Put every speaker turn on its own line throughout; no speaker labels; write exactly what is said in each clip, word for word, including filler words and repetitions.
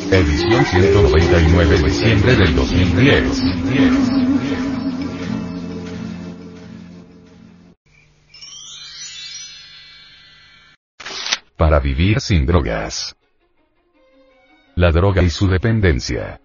Edición ciento noventa y nueve, diciembre del dos mil diez. Para vivir sin drogas. La droga y su dependencia.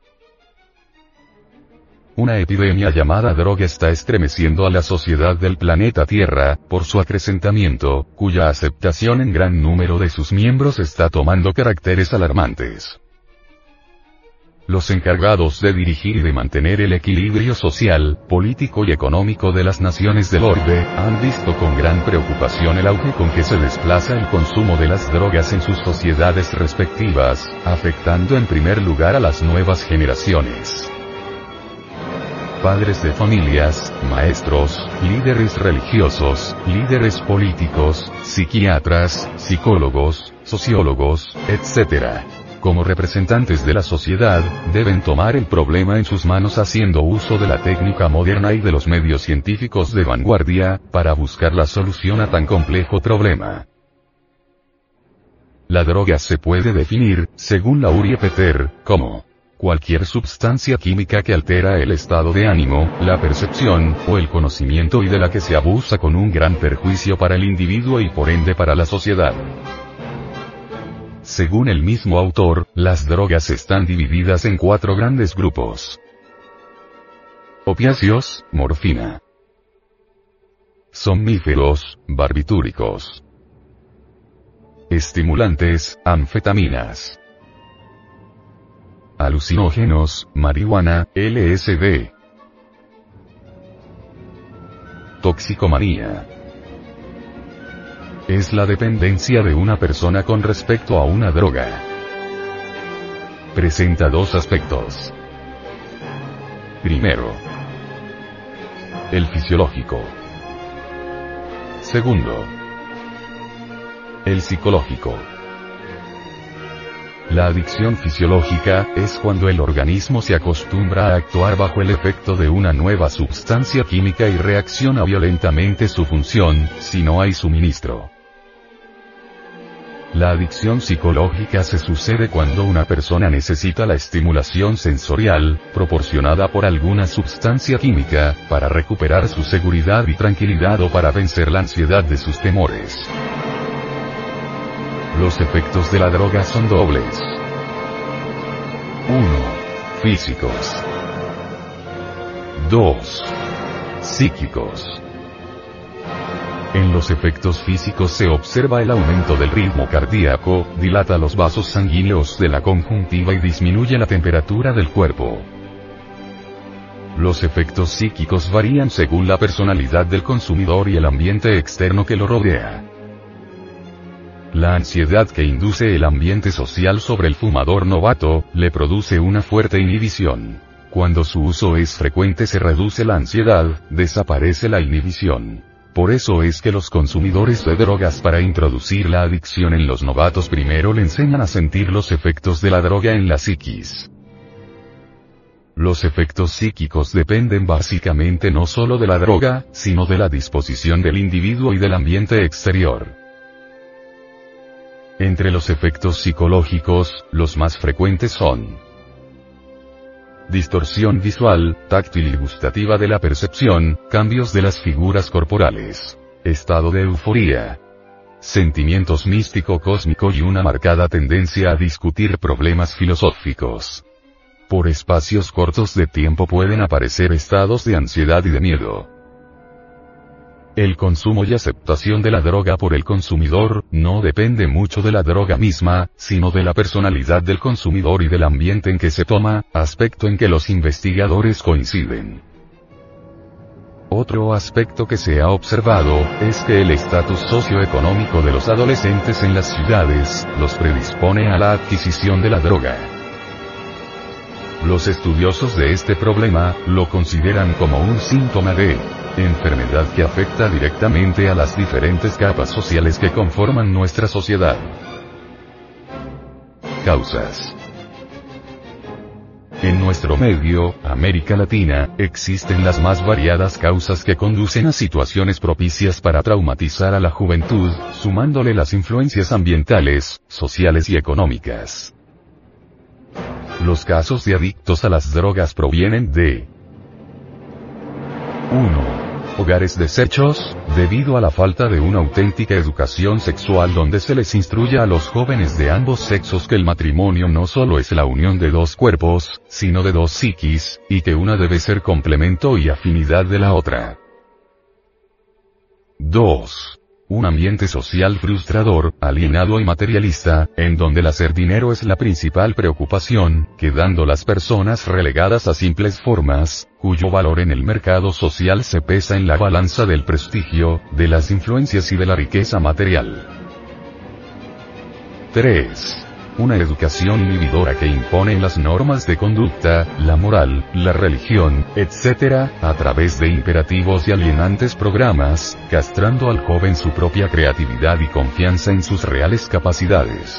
Una epidemia llamada droga está estremeciendo a la sociedad del planeta Tierra, por su acrecentamiento, cuya aceptación en gran número de sus miembros está tomando caracteres alarmantes. Los encargados de dirigir y de mantener el equilibrio social, político y económico de las naciones del orbe, han visto con gran preocupación el auge con que se desplaza el consumo de las drogas en sus sociedades respectivas, afectando en primer lugar a las nuevas generaciones. Padres de familias, maestros, líderes religiosos, líderes políticos, psiquiatras, psicólogos, sociólogos, etcétera. Como representantes de la sociedad, deben tomar el problema en sus manos haciendo uso de la técnica moderna y de los medios científicos de vanguardia, para buscar la solución a tan complejo problema. La droga se puede definir, según Laurie Peter, como cualquier sustancia química que altera el estado de ánimo, la percepción, o el conocimiento y de la que se abusa con un gran perjuicio para el individuo y por ende para la sociedad. Según el mismo autor, las drogas están divididas en cuatro grandes grupos. Opiáceos, morfina. Somníferos, barbitúricos. Estimulantes, anfetaminas. Alucinógenos, marihuana, L S D. Toxicomanía. Es la dependencia de una persona con respecto a una droga. Presenta dos aspectos. Primero, el fisiológico. Segundo, el psicológico. La adicción fisiológica es cuando el organismo se acostumbra a actuar bajo el efecto de una nueva sustancia química y reacciona violentamente su función, si no hay suministro. La adicción psicológica se sucede cuando una persona necesita la estimulación sensorial, proporcionada por alguna sustancia química, para recuperar su seguridad y tranquilidad o para vencer la ansiedad de sus temores. Los efectos de la droga son dobles. uno. Físicos. dos. Psíquicos. En los efectos físicos se observa el aumento del ritmo cardíaco, dilata los vasos sanguíneos de la conjuntiva y disminuye la temperatura del cuerpo. Los efectos psíquicos varían según la personalidad del consumidor y el ambiente externo que lo rodea. La ansiedad que induce el ambiente social sobre el fumador novato, le produce una fuerte inhibición. Cuando su uso es frecuente se reduce la ansiedad, desaparece la inhibición. Por eso es que los consumidores de drogas para introducir la adicción en los novatos primero le enseñan a sentir los efectos de la droga en la psiquis. Los efectos psíquicos dependen básicamente no solo de la droga, sino de la disposición del individuo y del ambiente exterior. Entre los efectos psicológicos, los más frecuentes son distorsión visual, táctil y gustativa de la percepción, cambios de las figuras corporales, estado de euforía, sentimientos místico-cósmico y una marcada tendencia a discutir problemas filosóficos. Por espacios cortos de tiempo pueden aparecer estados de ansiedad y de miedo. El consumo y aceptación de la droga por el consumidor, no depende mucho de la droga misma, sino de la personalidad del consumidor y del ambiente en que se toma, aspecto en que los investigadores coinciden. Otro aspecto que se ha observado, es que el estatus socioeconómico de los adolescentes en las ciudades, los predispone a la adquisición de la droga. Los estudiosos de este problema, lo consideran como un síntoma de enfermedad que afecta directamente a las diferentes capas sociales que conforman nuestra sociedad. Causas. En nuestro medio, América Latina, existen las más variadas causas que conducen a situaciones propicias para traumatizar a la juventud, sumándole las influencias ambientales, sociales y económicas. Los casos de adictos a las drogas provienen de uno. Hogares deshechos, debido a la falta de una auténtica educación sexual donde se les instruya a los jóvenes de ambos sexos que el matrimonio no solo es la unión de dos cuerpos, sino de dos psiquis, y que una debe ser complemento y afinidad de la otra. dos. Un ambiente social frustrador, alienado y materialista, en donde el hacer dinero es la principal preocupación, quedando las personas relegadas a simples formas, cuyo valor en el mercado social se pesa en la balanza del prestigio, de las influencias y de la riqueza material. tres. Una educación inhibidora que impone las normas de conducta, la moral, la religión, etcétera, a través de imperativos y alienantes programas, castrando al joven su propia creatividad y confianza en sus reales capacidades.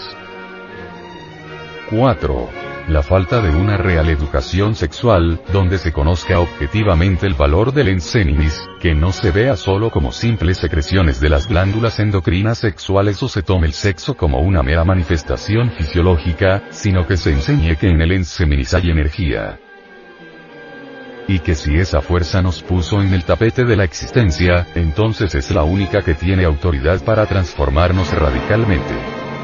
cuatro. La falta de una real educación sexual, donde se conozca objetivamente el valor del enséninis, que no se vea solo como simples secreciones de las glándulas endocrinas sexuales o se tome el sexo como una mera manifestación fisiológica, sino que se enseñe que en el enséninis hay energía. Y que si esa fuerza nos puso en el tapete de la existencia, entonces es la única que tiene autoridad para transformarnos radicalmente.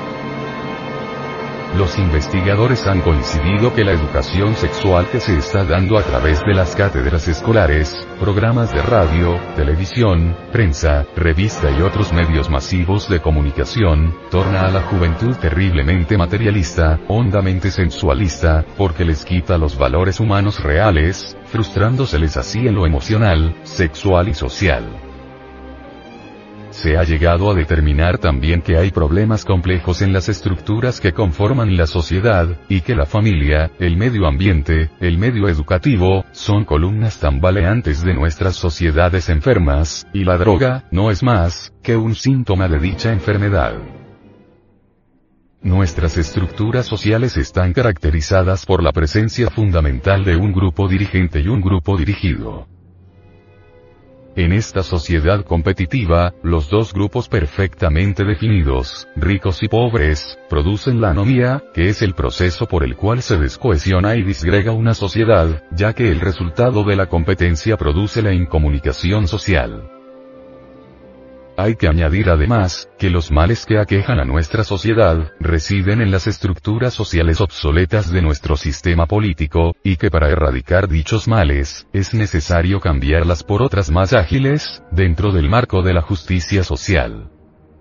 Los investigadores han coincidido que la educación sexual que se está dando a través de las cátedras escolares, programas de radio, televisión, prensa, revista y otros medios masivos de comunicación, torna a la juventud terriblemente materialista, hondamente sensualista, porque les quita los valores humanos reales, frustrándoseles así en lo emocional, sexual y social. Se ha llegado a determinar también que hay problemas complejos en las estructuras que conforman la sociedad, y que la familia, el medio ambiente, el medio educativo, son columnas tambaleantes de nuestras sociedades enfermas, y la droga, no es más, que un síntoma de dicha enfermedad. Nuestras estructuras sociales están caracterizadas por la presencia fundamental de un grupo dirigente y un grupo dirigido. En esta sociedad competitiva, los dos grupos perfectamente definidos, ricos y pobres, producen la anomía, que es el proceso por el cual se descohesiona y disgrega una sociedad, ya que el resultado de la competencia produce la incomunicación social. Hay que añadir además, que los males que aquejan a nuestra sociedad, residen en las estructuras sociales obsoletas de nuestro sistema político, y que para erradicar dichos males, es necesario cambiarlas por otras más ágiles, dentro del marco de la justicia social.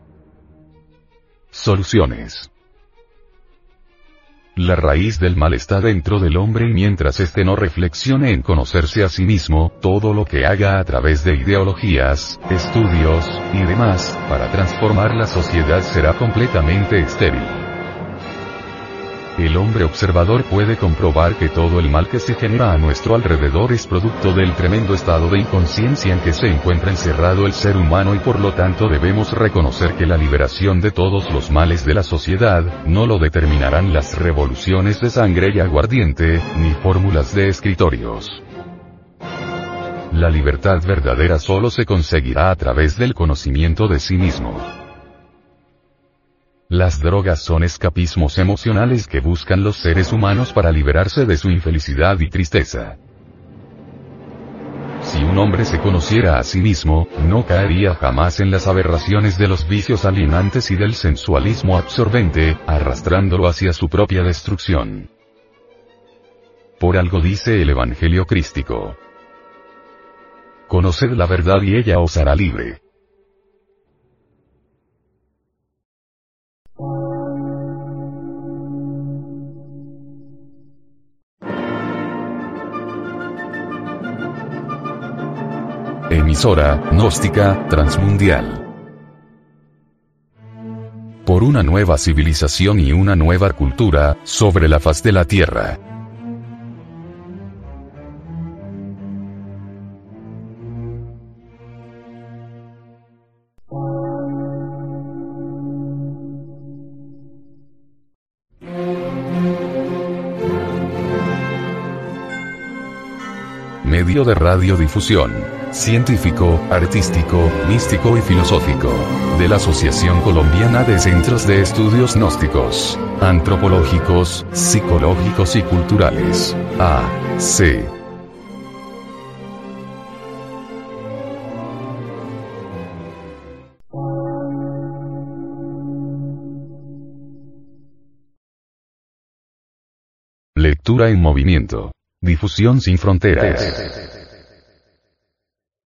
Soluciones. La raíz del mal está dentro del hombre y mientras éste no reflexione en conocerse a sí mismo, todo lo que haga a través de ideologías, estudios, y demás, para transformar la sociedad será completamente estéril. El hombre observador puede comprobar que todo el mal que se genera a nuestro alrededor es producto del tremendo estado de inconsciencia en que se encuentra encerrado el ser humano y por lo tanto debemos reconocer que la liberación de todos los males de la sociedad, no lo determinarán las revoluciones de sangre y aguardiente, ni fórmulas de escritorios. La libertad verdadera solo se conseguirá a través del conocimiento de sí mismo. Las drogas son escapismos emocionales que buscan los seres humanos para liberarse de su infelicidad y tristeza. Si un hombre se conociera a sí mismo, no caería jamás en las aberraciones de los vicios alienantes y del sensualismo absorbente, arrastrándolo hacia su propia destrucción. Por algo dice el Evangelio crístico: conoced la verdad y ella os hará libre. Emisora gnóstica transmundial. Por una nueva civilización y una nueva cultura, sobre la faz de la Tierra. medio de radiodifusión, científico, artístico, místico y filosófico, de la Asociación Colombiana de Centros de Estudios Gnósticos, Antropológicos, Psicológicos y Culturales, A C Lectura en movimiento. Difusión sin fronteras.